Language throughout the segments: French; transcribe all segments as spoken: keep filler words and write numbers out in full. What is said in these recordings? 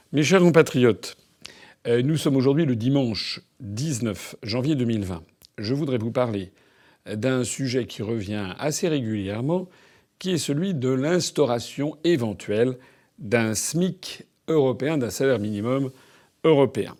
Mes chers compatriotes, euh, nous sommes aujourd'hui le dimanche dix-neuf janvier deux mille vingt. Je voudrais vous parler d'un sujet qui revient assez régulièrement, qui est celui de l'instauration éventuelle d'un SMIC européen, d'un salaire minimum européen.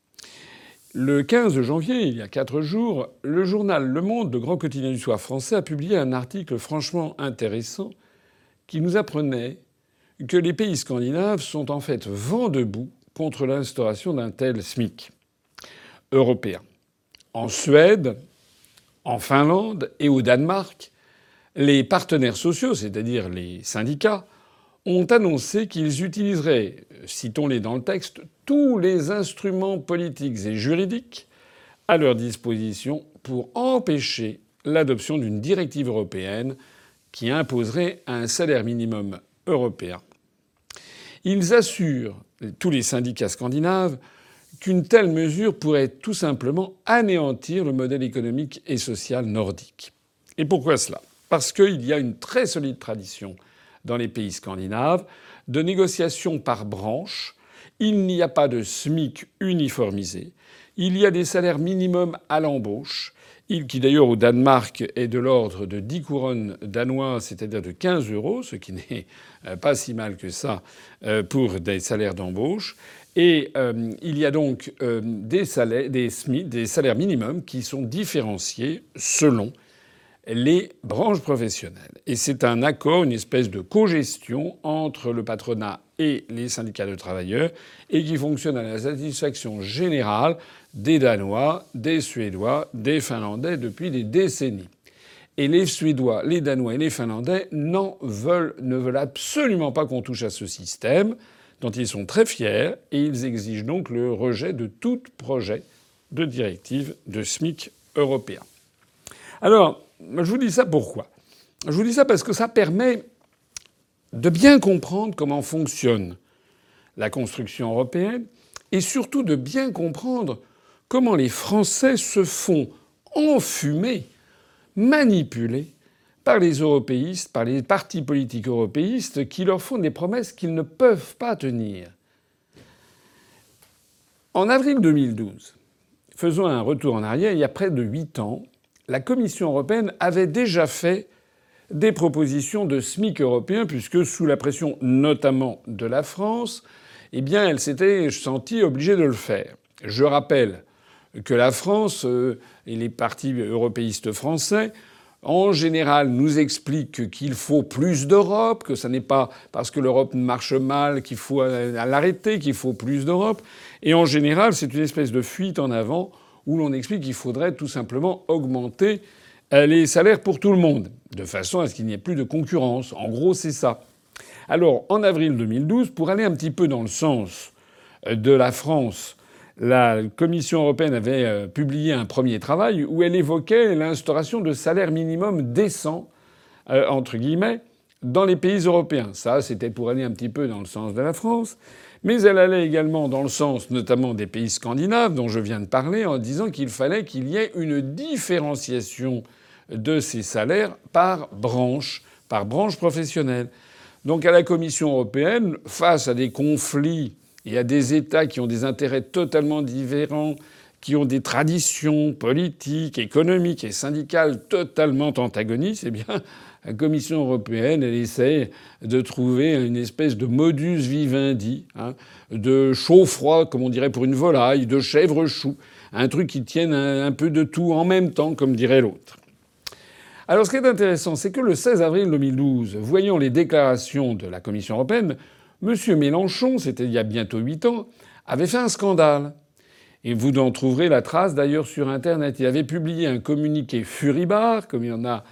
Le quinze janvier, il y a quatre jours, le journal Le Monde, le grand quotidien du soir français, a publié un article franchement intéressant qui nous apprenait que les pays scandinaves sont en fait vent debout contre l'instauration d'un tel SMIC européen. En Suède, en Finlande et au Danemark, les partenaires sociaux, c'est-à-dire les syndicats, ont annoncé qu'ils utiliseraient, citons-les dans le texte, tous les instruments politiques et juridiques à leur disposition pour empêcher l'adoption d'une directive européenne qui imposerait un salaire minimum européen. Ils assurent, tous les syndicats scandinaves, qu'une telle mesure pourrait tout simplement anéantir le modèle économique et social nordique. Et pourquoi cela ? Parce qu'il y a une très solide tradition dans les pays scandinaves de négociations par branche. Il n'y a pas de SMIC uniformisé. Il y a des salaires minimums à l'embauche, qui d'ailleurs au Danemark est de l'ordre de dix couronnes danoises, c'est-à-dire de quinze euros, ce qui n'est pas si mal que ça pour des salaires d'embauche. Et euh, il y a donc euh, des salaires, des SMIC, des salaires minimums qui sont différenciés selon les branches professionnelles. Et c'est un accord, une espèce de cogestion entre le patronat et les syndicats de travailleurs et qui fonctionne à la satisfaction générale des Danois, des Suédois, des Finlandais depuis des décennies. Et les Suédois, les Danois et les Finlandais n'en veulent, ne veulent absolument pas qu'on touche à ce système, dont ils sont très fiers, et ils exigent donc le rejet de tout projet de directive de SMIC européen. Alors, je vous dis ça pourquoi ? Je vous dis ça parce que ça permet de bien comprendre comment fonctionne la construction européenne et surtout de bien comprendre comment les Français se font enfumer, manipuler par les européistes, par les partis politiques européistes qui leur font des promesses qu'ils ne peuvent pas tenir. En avril deux mille douze, faisons un retour en arrière, il y a près de huit ans, la Commission européenne avait déjà fait des propositions de SMIC européen, puisque sous la pression notamment de la France, eh bien, elle s'était sentie obligée de le faire. Je rappelle que la France euh, et les partis européistes français, en général, nous expliquent qu'il faut plus d'Europe, que ça n'est pas parce que l'Europe marche mal qu'il faut l'arrêter, qu'il faut plus d'Europe. Et en général, c'est une espèce de fuite en avant où l'on explique qu'il faudrait tout simplement augmenter les salaires pour tout le monde, de façon à ce qu'il n'y ait plus de concurrence. En gros, c'est ça. Alors, en avril deux mille douze, pour aller un petit peu dans le sens de la France, la Commission européenne avait publié un premier travail où elle évoquait l'instauration de salaires minimums décents, euh, entre guillemets, dans les pays européens. Ça, c'était pour aller un petit peu dans le sens de la France. Mais elle allait également dans le sens notamment des pays scandinaves dont je viens de parler en disant qu'il fallait qu'il y ait une différenciation de ces salaires par branche, par branche professionnelle. Donc à la Commission européenne, face à des conflits et à des États qui ont des intérêts totalement différents, qui ont des traditions politiques, économiques et syndicales totalement antagonistes, eh bien, la Commission européenne, elle essaie de trouver une espèce de modus vivendi, hein, de chaud-froid, comme on dirait pour une volaille, de chèvre-chou, un truc qui tienne un, un peu de tout en même temps, comme dirait l'autre. Alors, ce qui est intéressant, c'est que le seize avril deux mille douze, voyant les déclarations de la Commission européenne, M. Mélenchon, c'était il y a bientôt huit ans, avait fait un scandale. Et vous en trouverez la trace d'ailleurs sur Internet. Il avait publié un communiqué furibard, comme il y en a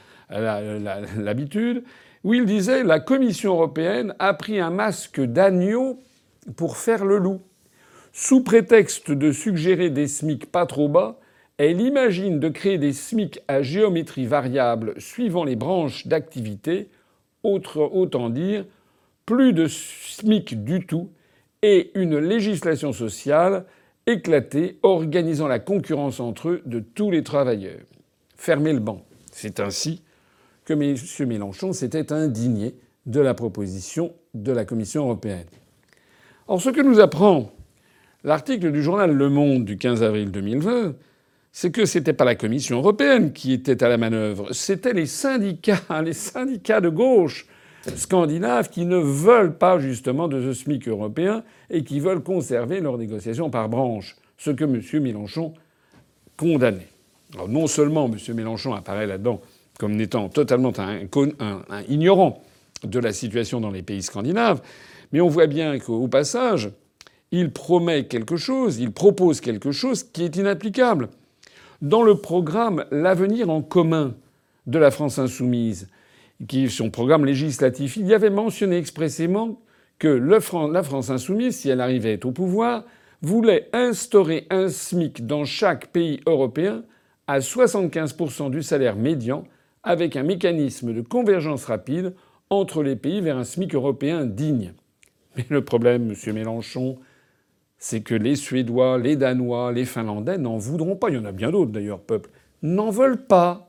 l'habitude, où il disait « La Commission européenne a pris un masque d'agneau pour faire le loup. Sous prétexte de suggérer des SMIC pas trop bas, elle imagine de créer des SMIC à géométrie variable suivant les branches d'activité, autant dire plus de SMIC du tout et une législation sociale éclatée organisant la concurrence entre eux de tous les travailleurs. Fermez le banc. » C'est ainsi que M. Mélenchon s'était indigné de la proposition de la Commission européenne. Or, ce que nous apprend l'article du journal Le Monde du quinze avril deux mille vingt, c'est que c'était pas la Commission européenne qui était à la manœuvre, c'était les syndicats, les syndicats de gauche scandinaves qui ne veulent pas justement de ce SMIC européen et qui veulent conserver leurs négociations par branche, ce que M. Mélenchon condamnait. Alors non seulement M. Mélenchon apparaît là-dedans comme n'étant totalement un, un, un ignorant de la situation dans les pays scandinaves, mais on voit bien qu'au passage, il promet quelque chose, il propose quelque chose qui est inapplicable. Dans le programme L'avenir en commun de la France insoumise, qui est son programme législatif, il y avait mentionné expressément que le Fran- la France insoumise, si elle arrivait au pouvoir, voulait instaurer un SMIC dans chaque pays européen à soixante-quinze pour cent du salaire médian, avec un mécanisme de convergence rapide entre les pays vers un SMIC européen digne. Mais le problème, Monsieur Mélenchon, c'est que les Suédois, les Danois, les Finlandais n'en voudront pas. Il y en a bien d'autres d'ailleurs, peuple, n'en veulent pas.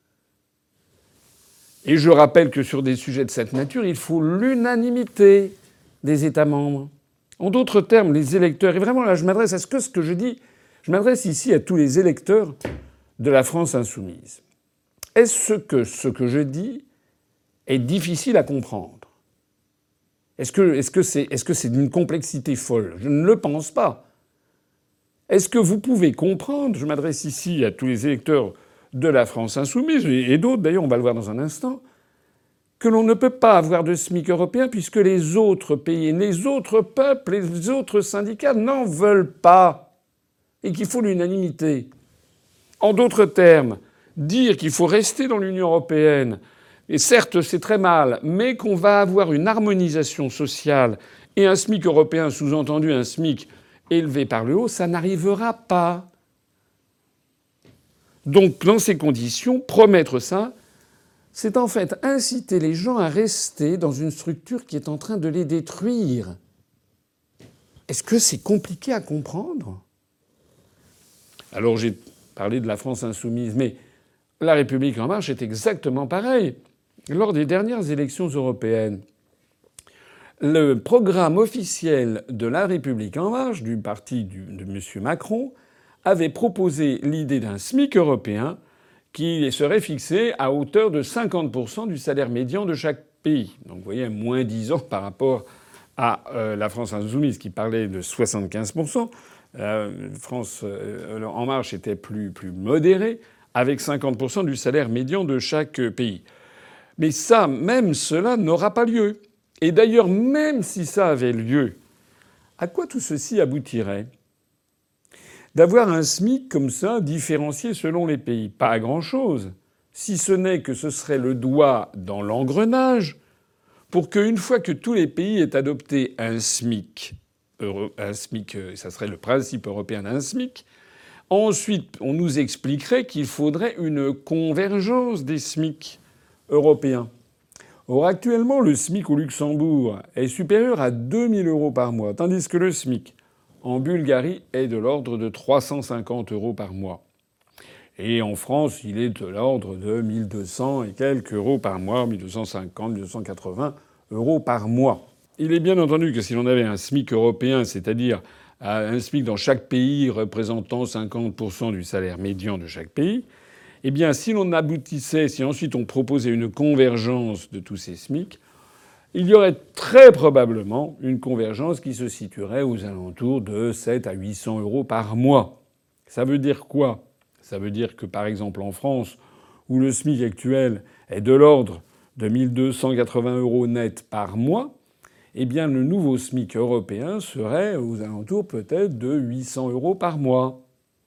Et je rappelle que sur des sujets de cette nature, il faut l'unanimité des États membres. En d'autres termes, les électeurs, et vraiment là je m'adresse à ce que ce que je dis, je m'adresse ici à tous les électeurs de la France insoumise. Est-ce que ce que je dis est difficile à comprendre ? Est-ce que, est-ce que c'est, est-ce que c'est d'une complexité folle ? Je ne le pense pas. Est-ce que vous pouvez comprendre, je m'adresse ici à tous les électeurs de la France insoumise, et d'autres d'ailleurs, on va le voir dans un instant, que l'on ne peut pas avoir de SMIC européen puisque les autres pays, les autres peuples, les autres syndicats n'en veulent pas, et qu'il faut l'unanimité. En d'autres termes, dire qu'il faut rester dans l'Union européenne, et certes c'est très mal, mais qu'on va avoir une harmonisation sociale et un SMIC européen, sous-entendu un SMIC élevé par le haut, ça n'arrivera pas. Donc dans ces conditions, promettre ça, c'est en fait inciter les gens à rester dans une structure qui est en train de les détruire. Est-ce que c'est compliqué à comprendre ? Alors j'ai parlé de la France insoumise, mais la République en marche est exactement pareil. Lors des dernières élections européennes, le programme officiel de la République en marche, du parti du, de M. Macron, avait proposé l'idée d'un SMIC européen qui serait fixé à hauteur de cinquante pour cent du salaire médian de chaque pays. Donc vous voyez, moins dix ans par rapport à euh, la France insoumise qui parlait de soixante-quinze pour cent. Euh, France euh, En Marche était plus, plus modérée, avec cinquante pour cent du salaire médian de chaque pays. Mais ça, même cela n'aura pas lieu. Et d'ailleurs, même si ça avait lieu, à quoi tout ceci aboutirait ? D'avoir un SMIC comme ça, différencié selon les pays. Pas à grand-chose. Si ce n'est que ce serait le doigt dans l'engrenage pour qu'une fois que tous les pays aient adopté un SMIC, un SMIC, ça serait le principe européen d'un SMIC, ensuite on nous expliquerait qu'il faudrait une convergence des SMIC européens. Or actuellement, le SMIC au Luxembourg est supérieur à deux mille euros par mois, tandis que le SMIC en Bulgarie est de l'ordre de trois cent cinquante euros par mois. Et en France, il est de l'ordre de mille deux cents et quelques euros par mois, mille deux cent cinquante, mille deux cent quatre-vingts euros par mois. Il est bien entendu que si l'on avait un SMIC européen, c'est-à-dire un SMIC dans chaque pays représentant cinquante pour cent du salaire médian de chaque pays, eh bien, si l'on aboutissait, si ensuite on proposait une convergence de tous ces SMIC, il y aurait très probablement une convergence qui se situerait aux alentours de sept à huit cents euros par mois. Ça veut dire quoi ? Ça veut dire que, par exemple, en France, où le SMIC actuel est de l'ordre de mille deux cent quatre-vingts euros net par mois, eh bien, le nouveau SMIC européen serait aux alentours peut-être de huit cents euros par mois.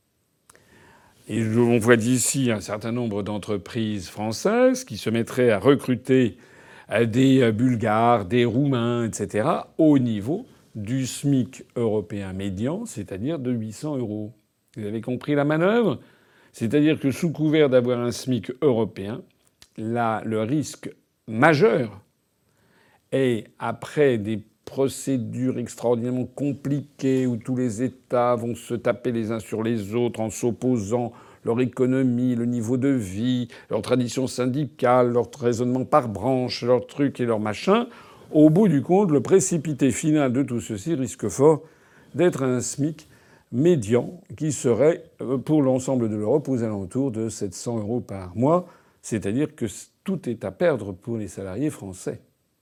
Et on voit d'ici un certain nombre d'entreprises françaises qui se mettraient à recruter des Bulgares, des Roumains, et cetera, au niveau du SMIC européen médian, c'est-à-dire de huit cents euros. Vous avez compris la manœuvre ? C'est-à-dire que sous couvert d'avoir un SMIC européen, là, le risque majeur est, après des procédures extraordinairement compliquées où tous les États vont se taper les uns sur les autres en s'opposant, leur économie, le niveau de vie, leur tradition syndicale, leur raisonnement par branche, leur truc et leur machin, Au bout du compte, le précipité final de tout ceci risque fort d'être un SMIC médian qui serait, pour l'ensemble de l'Europe, aux alentours de sept cents euros par mois. C'est-à-dire que tout est à perdre pour les salariés français.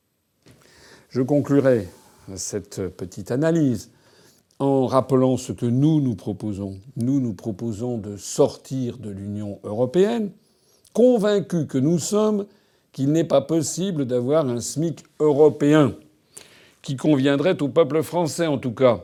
Je conclurai cette petite analyse en rappelant ce que nous nous proposons. Nous nous proposons de sortir de l'Union européenne, convaincus que nous sommes qu'il n'est pas possible d'avoir un SMIC européen qui conviendrait au peuple français en tout cas.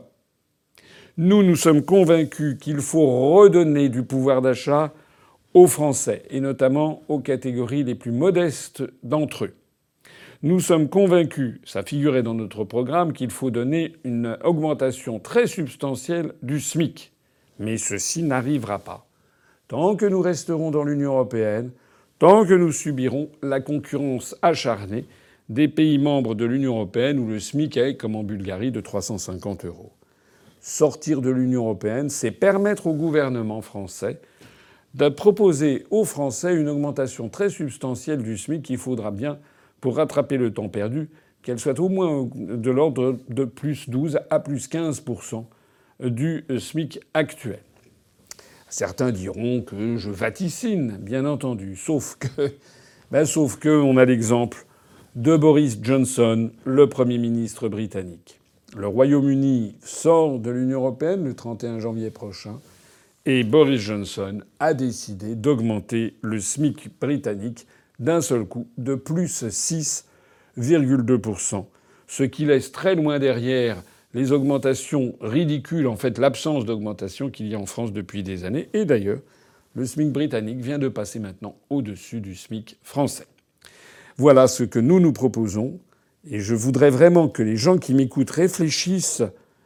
Nous, nous sommes convaincus qu'il faut redonner du pouvoir d'achat aux Français, et notamment aux catégories les plus modestes d'entre eux. Nous sommes convaincus, ça figurait dans notre programme, qu'il faut donner une augmentation très substantielle du SMIC. Mais ceci n'arrivera pas. Tant que nous resterons dans l'Union européenne, tant que nous subirons la concurrence acharnée des pays membres de l'Union européenne où le SMIC est, comme en Bulgarie, de trois cent cinquante euros. Sortir de l'Union européenne, c'est permettre au gouvernement français de proposer aux Français une augmentation très substantielle du SMIC qu'il faudra bien, pour rattraper le temps perdu, qu'elle soit au moins de l'ordre de plus douze à plus quinze pour cent du SMIC actuel. Certains diront que je vaticine, bien entendu, sauf que, ben, sauf que on a l'exemple de Boris Johnson, le Premier ministre britannique. Le Royaume-Uni sort de l'Union européenne le trente et un janvier prochain. Et Boris Johnson a décidé d'augmenter le SMIC britannique d'un seul coup de plus six virgule deux pour cent, ce qui laisse très loin derrière les augmentations ridicules, en fait l'absence d'augmentation qu'il y a en France depuis des années. Et d'ailleurs, le SMIC britannique vient de passer maintenant au-dessus du SMIC français. Voilà ce que nous nous proposons. Et je voudrais vraiment que les gens qui m'écoutent réfléchissent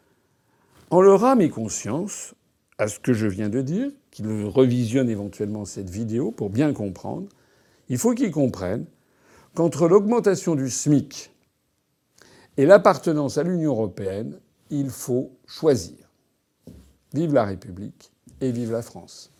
en leur âme et conscience à ce que je viens de dire, qu'ils revisionnent éventuellement cette vidéo pour bien comprendre. Il faut qu'ils comprennent qu'entre l'augmentation du SMIC et l'appartenance à l'Union européenne, il faut choisir. Vive la République et vive la France.